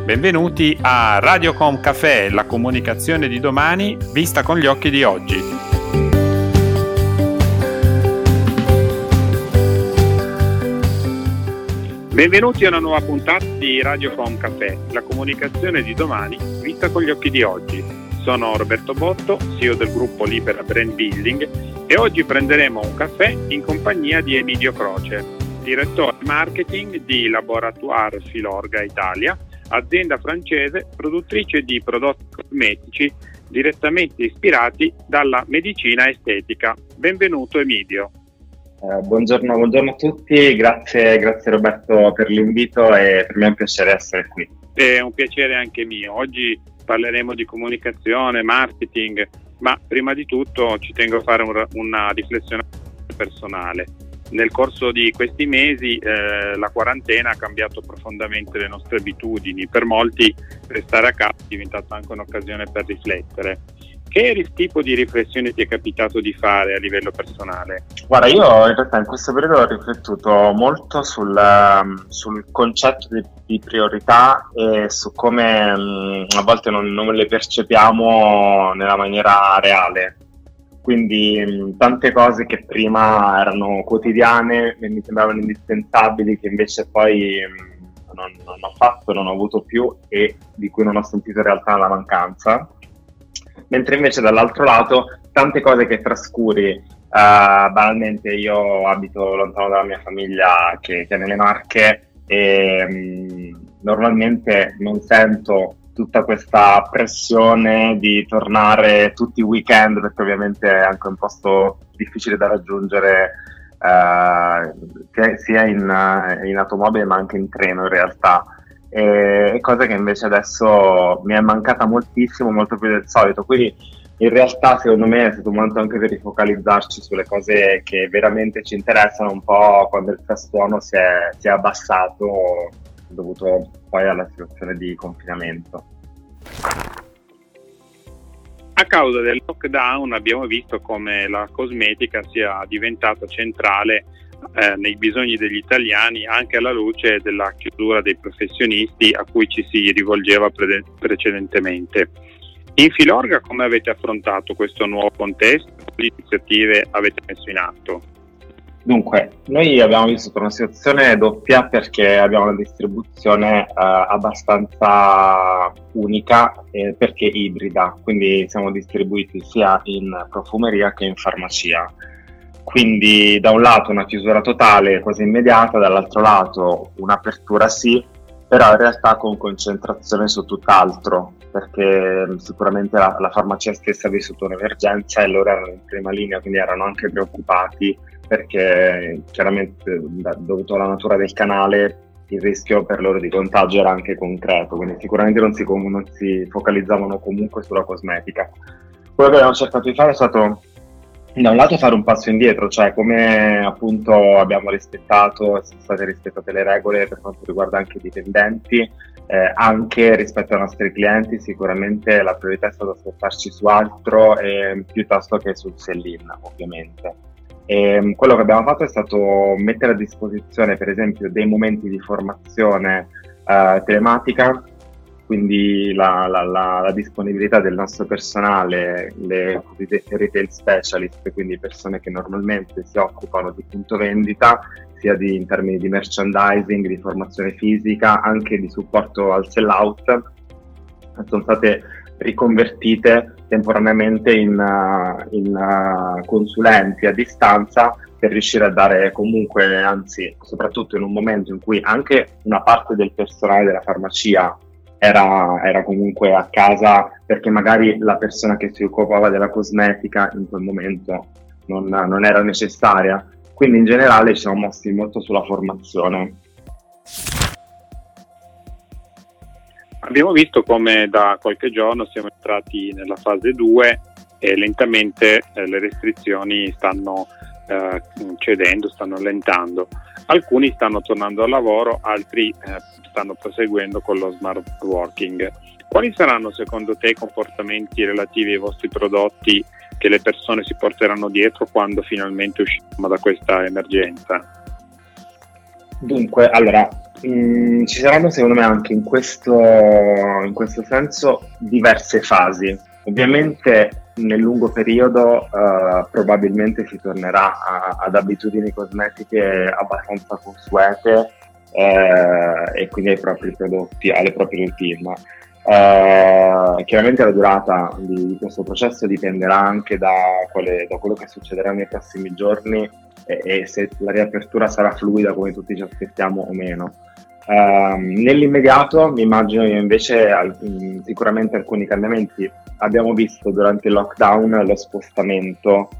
Benvenuti a Radiocom Café, la comunicazione di domani vista con gli occhi di oggi. Benvenuti a una nuova puntata di Radiocom Café, la comunicazione di domani vista con gli occhi di oggi. Sono Roberto Botto, CEO del gruppo Libera Brand Building, e oggi prenderemo un caffè in compagnia di Emilio Croce, direttore marketing di Laboratoire Filorga Italia, azienda francese produttrice di prodotti cosmetici direttamente ispirati dalla medicina estetica. Benvenuto Emilio. Buongiorno a tutti, grazie Roberto per l'invito e per me è un piacere essere qui. È un piacere anche mio. Oggi parleremo di comunicazione, marketing, ma prima di tutto ci tengo a fare una riflessione personale. Nel corso di questi mesi la quarantena ha cambiato profondamente le nostre abitudini. Per molti restare a casa è diventata anche un'occasione per riflettere. Che tipo di riflessioni ti è capitato di fare a livello personale? Guarda, io in realtà in questo periodo ho riflettuto molto sul concetto di priorità e su come a volte non le percepiamo nella maniera reale. Quindi tante cose che prima erano quotidiane e mi sembravano indispensabili, che invece poi non ho fatto, non ho avuto più e di cui non ho sentito in realtà la mancanza. Mentre invece dall'altro lato tante cose che trascuri, banalmente io abito lontano dalla mia famiglia che è nelle Marche e normalmente non sento tutta questa pressione di tornare tutti i weekend, perché ovviamente è anche un posto difficile da raggiungere sia in automobile ma anche in treno in realtà, e cosa che invece adesso mi è mancata moltissimo, molto più del solito. Quindi in realtà secondo me è stato un momento anche per rifocalizzarci sulle cose che veramente ci interessano, un po' quando il frastuono si è abbassato dovuto poi alla situazione di confinamento. A causa del lockdown abbiamo visto come la cosmetica sia diventata centrale nei bisogni degli italiani, anche alla luce della chiusura dei professionisti a cui ci si rivolgeva precedentemente. In Filorga come avete affrontato questo nuovo contesto? Quali iniziative avete messo in atto? Dunque, noi abbiamo vissuto una situazione doppia perché abbiamo una distribuzione abbastanza unica perché ibrida, quindi siamo distribuiti sia in profumeria che in farmacia. Quindi da un lato una chiusura totale quasi immediata, dall'altro lato un'apertura sì, però in realtà con concentrazione su tutt'altro, perché sicuramente la farmacia stessa ha vissuto un'emergenza e loro erano in prima linea, quindi erano anche preoccupati perché chiaramente dovuto alla natura del canale il rischio per loro di contagio era anche concreto, quindi sicuramente non si focalizzavano comunque sulla cosmetica. Quello che abbiamo cercato di fare è stato da un lato fare un passo indietro, cioè come appunto abbiamo sono state rispettate le regole per quanto riguarda anche i dipendenti, anche rispetto ai nostri clienti sicuramente la priorità è stata spostarci su altro piuttosto che sul sell-in ovviamente. E quello che abbiamo fatto è stato mettere a disposizione per esempio dei momenti di formazione telematica, quindi la disponibilità del nostro personale, le cosiddette retail specialist, quindi persone che normalmente si occupano di punto vendita, sia in termini di merchandising, di formazione fisica, anche di supporto al sell-out, sono state riconvertite temporaneamente in consulenti a distanza per riuscire a dare comunque, anzi soprattutto in un momento in cui anche una parte del personale della farmacia era comunque a casa perché magari la persona che si occupava della cosmetica in quel momento non era necessaria, quindi in generale ci siamo mossi molto sulla formazione. Abbiamo visto come da qualche giorno siamo entrati nella fase 2 e lentamente le restrizioni stanno cedendo, stanno allentando. Alcuni stanno tornando al lavoro, altri stanno proseguendo con lo smart working. Quali saranno secondo te i comportamenti relativi ai vostri prodotti che le persone si porteranno dietro quando finalmente usciremo da questa emergenza? Dunque, allora, Ci saranno secondo me anche in questo senso diverse fasi. Ovviamente nel lungo periodo probabilmente si tornerà ad abitudini cosmetiche abbastanza consuete e quindi ai propri prodotti, alle proprie routine. Chiaramente la durata di questo processo dipenderà anche da quello che succederà nei prossimi giorni e se la riapertura sarà fluida come tutti ci aspettiamo o meno. Nell'immediato mi immagino io invece sicuramente alcuni cambiamenti. Abbiamo visto durante il lockdown lo spostamento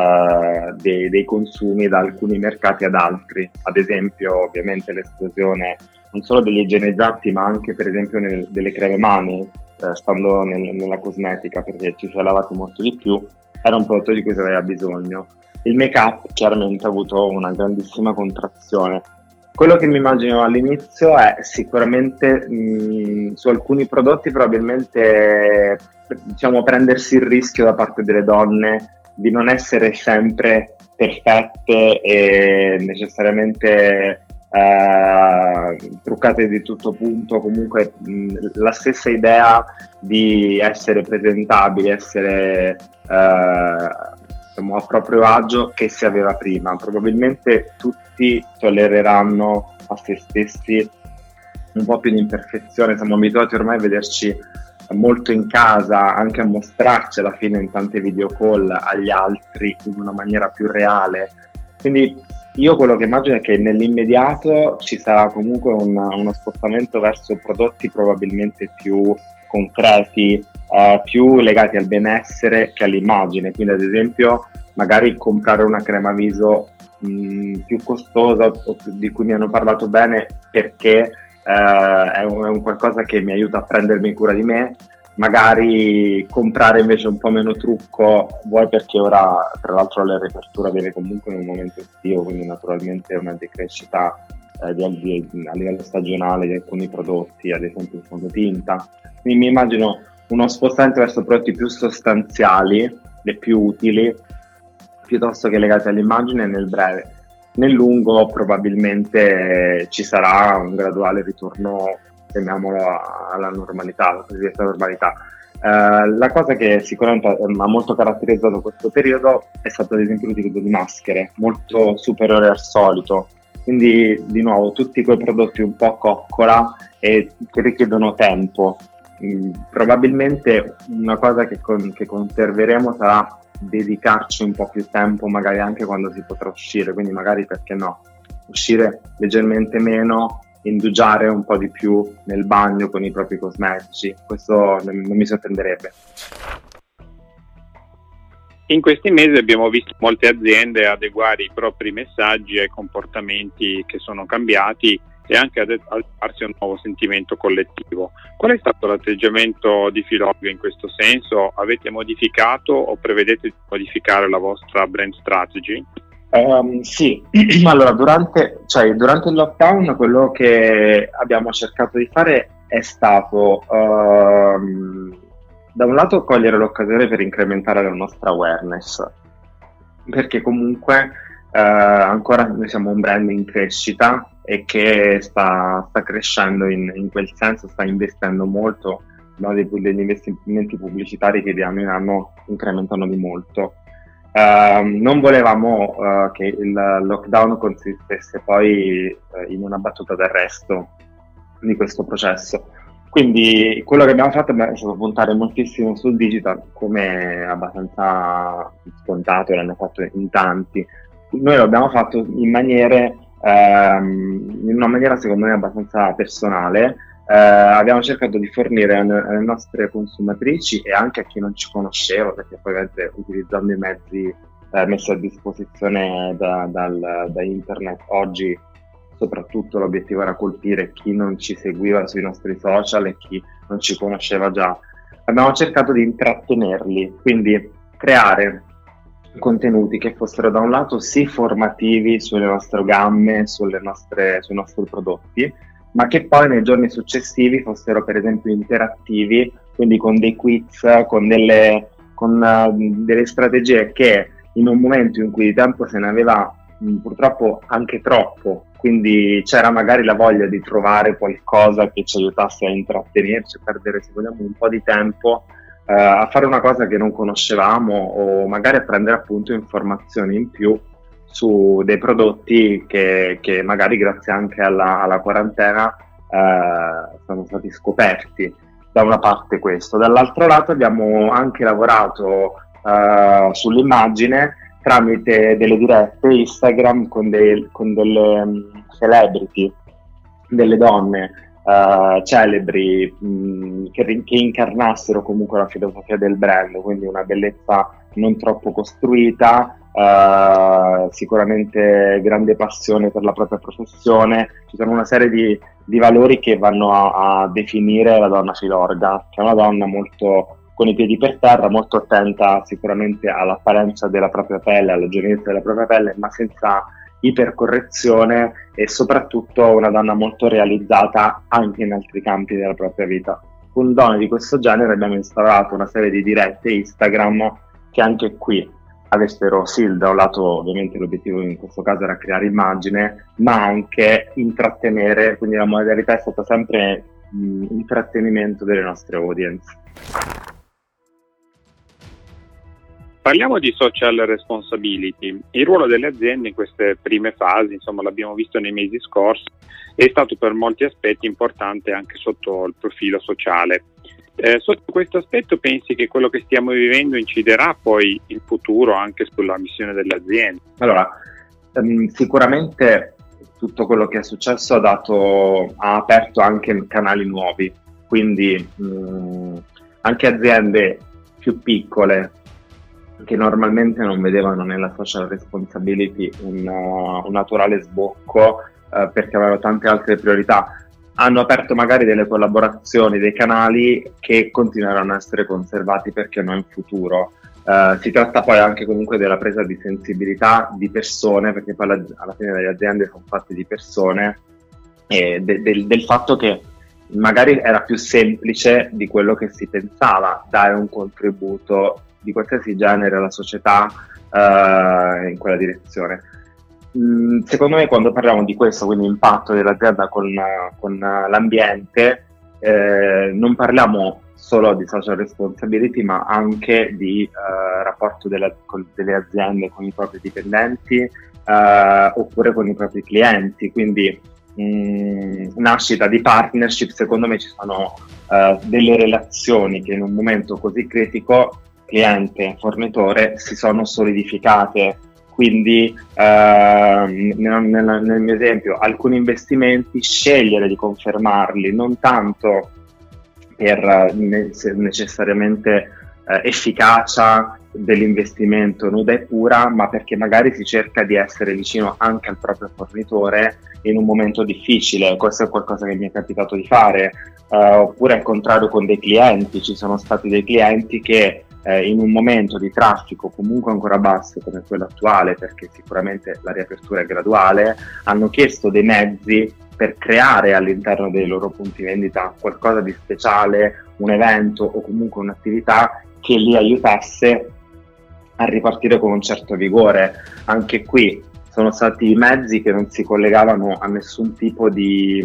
dei consumi da alcuni mercati ad altri, ad esempio ovviamente l'esplosione non solo degli igienizzanti ma anche per esempio delle creme mani, stando nella cosmetica, perché ci si è lavato molto di più, era un prodotto di cui si aveva bisogno. Il make-up chiaramente ha avuto una grandissima contrazione. Quello che mi immagino all'inizio è sicuramente su alcuni prodotti probabilmente diciamo prendersi il rischio da parte delle donne di non essere sempre perfette e necessariamente truccate di tutto punto, comunque la stessa idea di essere presentabili, essere diciamo, a proprio agio che si aveva prima. Probabilmente tutti tollereranno a se stessi un po' più di imperfezione, siamo abituati ormai a vederci molto in casa, anche a mostrarci alla fine in tante video call agli altri in una maniera più reale. Quindi io quello che immagino è che nell'immediato ci sarà comunque uno spostamento verso prodotti probabilmente più concreti, più legati al benessere che all'immagine. Quindi ad esempio magari comprare una crema viso più costosa di cui mi hanno parlato bene perché è un qualcosa che mi aiuta a prendermi cura di me, magari comprare invece un po' meno trucco, vuoi perché ora tra l'altro la riapertura viene comunque in un momento estivo, quindi naturalmente una decrescita a livello stagionale di alcuni prodotti, ad esempio il fondotinta. Quindi mi immagino uno spostamento verso prodotti più sostanziali e più utili piuttosto che legati all'immagine nel breve. Nel lungo probabilmente ci sarà un graduale ritorno, chiamiamolo, alla normalità, alla cosiddetta normalità. La cosa che sicuramente ha molto caratterizzato questo periodo è stato ad esempio l'utilizzo di maschere, molto superiore al solito. Quindi di nuovo tutti quei prodotti un po' coccola e che richiedono tempo. Probabilmente una cosa che conserveremo sarà dedicarci un po' più tempo, magari anche quando si potrà uscire, quindi magari perché no, uscire leggermente meno, indugiare un po' di più nel bagno con i propri cosmetici, questo non mi sorprenderebbe. In questi mesi abbiamo visto molte aziende adeguare i propri messaggi ai comportamenti che sono cambiati e anche adattarsi a un nuovo sentimento collettivo. Qual è stato l'atteggiamento di Filorga in questo senso? Avete modificato o prevedete di modificare la vostra brand strategy? Sì, allora durante il lockdown quello che abbiamo cercato di fare è stato da un lato cogliere l'occasione per incrementare la nostra awareness, perché comunque ancora noi siamo un brand in crescita e che sta crescendo in quel senso, sta investendo molto, no, degli investimenti pubblicitari che di anno in anno incrementano di molto. Non volevamo che il lockdown consistesse poi in una battuta d'arresto di questo processo. Quindi quello che abbiamo fatto è stato puntare moltissimo sul digital, come abbastanza scontato, l'hanno fatto in tanti. Noi lo abbiamo fatto in una maniera secondo me abbastanza personale. Abbiamo cercato di fornire alle nostre consumatrici e anche a chi non ci conosceva, perché poi utilizzando i mezzi messi a disposizione da internet oggi, soprattutto l'obiettivo era colpire chi non ci seguiva sui nostri social e chi non ci conosceva già. Abbiamo cercato di intrattenerli, quindi creare contenuti che fossero da un lato sì formativi sulle nostre gamme, sui nostri prodotti, ma che poi nei giorni successivi fossero per esempio interattivi, quindi con dei quiz, con delle strategie che in un momento in cui di tempo se ne aveva purtroppo anche troppo, quindi c'era magari la voglia di trovare qualcosa che ci aiutasse a intrattenerci, a perdere, se vogliamo, un po' di tempo a fare una cosa che non conoscevamo, o magari a prendere appunto informazioni in più su dei prodotti che magari grazie anche alla quarantena sono stati scoperti. Da una parte questo, dall'altro lato abbiamo anche lavorato sull'immagine tramite delle dirette Instagram con delle celebrity, delle donne celebri che incarnassero comunque la filosofia del brand, quindi una bellezza non troppo costruita, sicuramente grande passione per la propria professione. Ci sono una serie di valori che vanno a definire la donna filorga, che è una donna molto con i piedi per terra, molto attenta sicuramente all'apparenza della propria pelle, alla giovinezza della propria pelle, ma senza ipercorrezione, e soprattutto una donna molto realizzata anche in altri campi della propria vita. Con donne di questo genere abbiamo instaurato una serie di dirette Instagram che anche qui avessero sì, da un lato ovviamente l'obiettivo in questo caso era creare immagine, ma anche intrattenere, quindi la modalità è stata sempre intrattenimento delle nostre audience. Parliamo di social responsibility. Il ruolo delle aziende in queste prime fasi, insomma l'abbiamo visto nei mesi scorsi, è stato per molti aspetti importante anche sotto il profilo sociale. Sotto questo aspetto pensi che quello che stiamo vivendo inciderà poi in futuro anche sulla missione delle aziende? Allora, sicuramente tutto quello che è successo ha aperto anche canali nuovi, quindi anche aziende più piccole che normalmente non vedevano nella social responsibility un naturale sbocco perché avevano tante altre priorità, hanno aperto magari delle collaborazioni, dei canali che continueranno a essere conservati perché no in futuro. Si tratta poi anche comunque della presa di sensibilità di persone, perché poi alla fine le aziende sono fatte di persone, e del fatto che magari era più semplice di quello che si pensava dare un contributo di qualsiasi genere alla società in quella direzione. Secondo me quando parliamo di questo, quindi impatto dell'azienda con l'ambiente, non parliamo solo di social responsibility, ma anche di rapporto delle aziende con i propri dipendenti oppure con i propri clienti, quindi nascita di partnership. Secondo me ci sono delle relazioni che in un momento così critico cliente-fornitore si sono solidificate. Quindi nel mio esempio alcuni investimenti scegliere di confermarli non tanto per necessariamente efficacia dell'investimento nuda e pura, ma perché magari si cerca di essere vicino anche al proprio fornitore in un momento difficile. Questo è qualcosa che mi è capitato di fare, oppure al contrario con dei clienti. Ci sono stati dei clienti che in un momento di traffico comunque ancora basso come quello attuale, perché sicuramente la riapertura è graduale, hanno chiesto dei mezzi per creare all'interno dei loro punti vendita qualcosa di speciale, un evento o comunque un'attività che li aiutasse a ripartire con un certo vigore. Anche qui sono stati mezzi che non si collegavano a nessun tipo di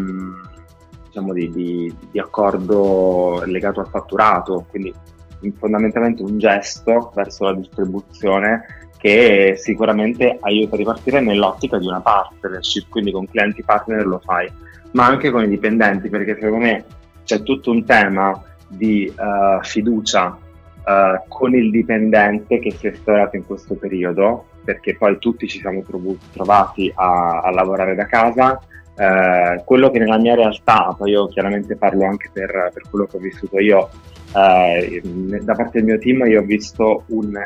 accordo legato al fatturato, quindi fondamentalmente un gesto verso la distribuzione che sicuramente aiuta a ripartire nell'ottica di una partnership, quindi con clienti partner lo fai, ma anche con i dipendenti, perché secondo me c'è tutto un tema di fiducia con il dipendente che si è instaurato in questo periodo, perché poi tutti ci siamo trovati a lavorare da casa. Quello che nella mia realtà, poi io chiaramente parlo anche per quello che ho vissuto io, da parte del mio team, io ho visto un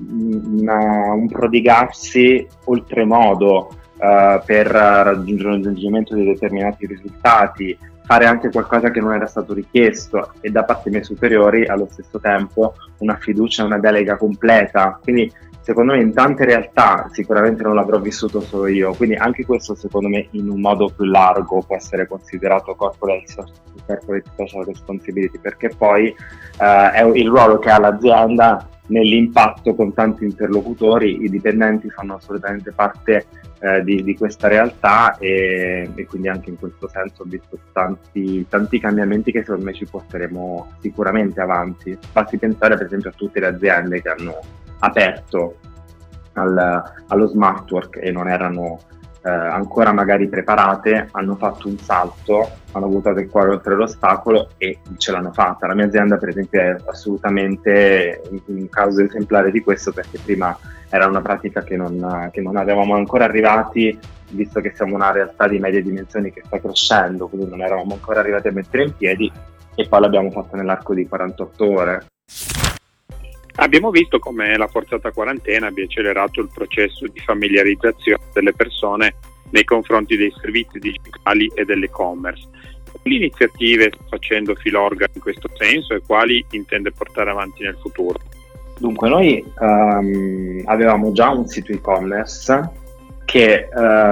prodigarsi oltremodo per raggiungimento di determinati risultati, fare anche qualcosa che non era stato richiesto, e da parte dei miei superiori allo stesso tempo una fiducia e una delega completa. Quindi secondo me in tante realtà sicuramente non l'avrò vissuto solo io, quindi anche questo secondo me in un modo più largo può essere considerato corporate corporate social responsibility, perché poi è il ruolo che ha l'azienda nell'impatto con tanti interlocutori. I dipendenti fanno assolutamente parte di questa realtà e quindi anche in questo senso ho visto tanti cambiamenti che secondo me ci porteremo sicuramente avanti. Basti pensare per esempio a tutte le aziende che hanno aperto allo smart work e non erano ancora magari preparate, hanno fatto un salto, hanno buttato il cuore oltre l'ostacolo e ce l'hanno fatta. La mia azienda per esempio è assolutamente un caso esemplare di questo, perché prima era una pratica che non avevamo ancora arrivati, visto che siamo una realtà di medie dimensioni che sta crescendo, quindi non eravamo ancora arrivati a mettere in piedi, e poi l'abbiamo fatto nell'arco di 48 ore. Abbiamo visto come la forzata quarantena abbia accelerato il processo di familiarizzazione delle persone nei confronti dei servizi digitali e dell'e-commerce. Quali iniziative sta facendo Filorga in questo senso e quali intende portare avanti nel futuro? Dunque, noi avevamo già un sito e-commerce che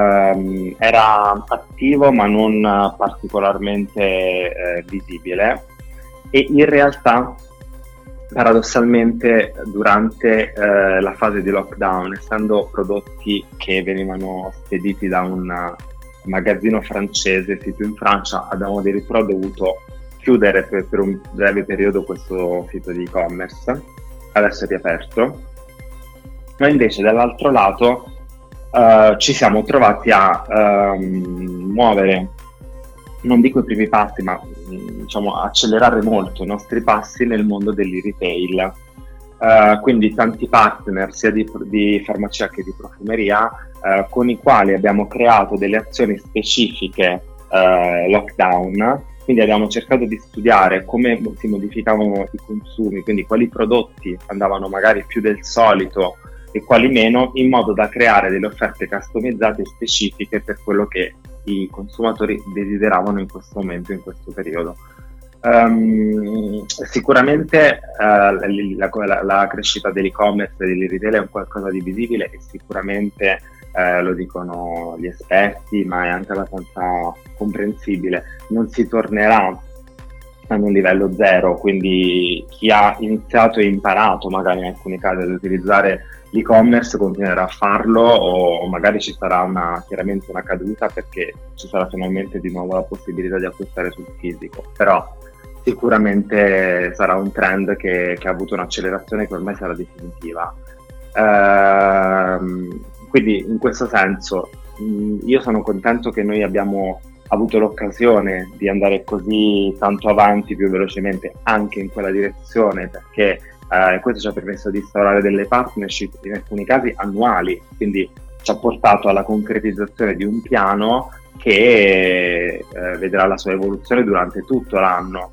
era attivo ma non particolarmente visibile, e in realtà paradossalmente durante la fase di lockdown, essendo prodotti che venivano spediti da un magazzino francese sito in Francia, abbiamo addirittura dovuto chiudere per un breve periodo questo sito di e-commerce. Adesso è riaperto, ma invece dall'altro lato ci siamo trovati a muovere, non dico i primi passi, ma diciamo accelerare molto i nostri passi nel mondo dell'e-retail. Quindi tanti partner sia di farmacia che di profumeria con i quali abbiamo creato delle azioni specifiche lockdown. Quindi abbiamo cercato di studiare come si modificavano i consumi, quindi quali prodotti andavano magari più del solito e quali meno, in modo da creare delle offerte customizzate specifiche per quello che i consumatori desideravano in questo momento, in questo periodo. Sicuramente la crescita dell'e-commerce e dell'e-retail è un qualcosa di visibile, e sicuramente lo dicono gli esperti, ma è anche abbastanza comprensibile. Non si tornerà ad un livello zero, quindi chi ha iniziato e imparato magari in alcuni casi ad utilizzare l'e-commerce continuerà a farlo, o magari ci sarà chiaramente una caduta, perché ci sarà finalmente di nuovo la possibilità di acquistare sul fisico, però sicuramente sarà un trend che ha avuto un'accelerazione che ormai sarà definitiva. Quindi in questo senso io sono contento che noi abbiamo avuto l'occasione di andare così tanto avanti più velocemente anche in quella direzione, perché questo ci ha permesso di instaurare delle partnership in alcuni casi annuali, quindi ci ha portato alla concretizzazione di un piano che vedrà la sua evoluzione durante tutto l'anno.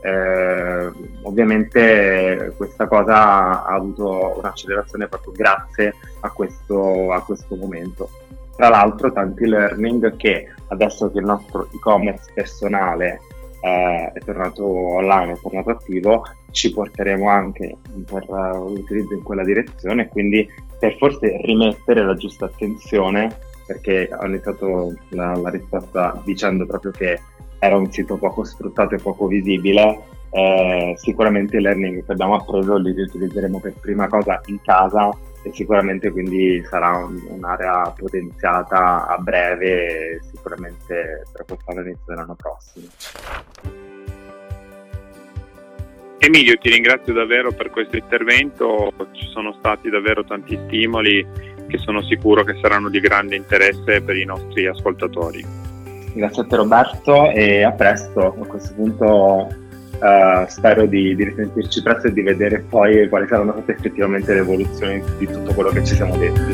Ovviamente questa cosa ha avuto un'accelerazione proprio grazie a questo momento. Tra l'altro tanti learning che adesso che il nostro e-commerce personale è tornato online, è tornato attivo, ci porteremo anche per l'utilizzo in quella direzione, quindi per forse rimettere la giusta attenzione, perché ho iniziato la risposta dicendo proprio che era un sito poco sfruttato e poco visibile. Sicuramente i learning che abbiamo appreso li riutilizzeremo per prima cosa in casa, e sicuramente quindi sarà un'area potenziata a breve, sicuramente per quest'anno, inizio dell'anno prossimo. Emilio, ti ringrazio davvero per questo intervento, ci sono stati davvero tanti stimoli che sono sicuro che saranno di grande interesse per i nostri ascoltatori. Grazie a te Roberto, e a presto. A questo punto spero di risentirci presto e di vedere poi quali saranno state effettivamente le evoluzioni di tutto quello che ci siamo detti.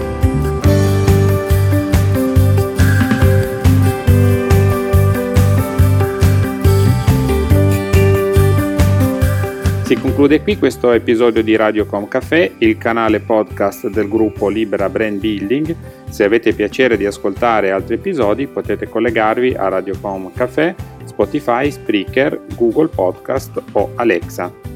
Si conclude qui questo episodio di Radiocom Café, il canale podcast del gruppo Libera Brand Building. Se avete piacere di ascoltare altri episodi potete collegarvi a Radiocom Café, Spotify, Spreaker, Google Podcast o Alexa.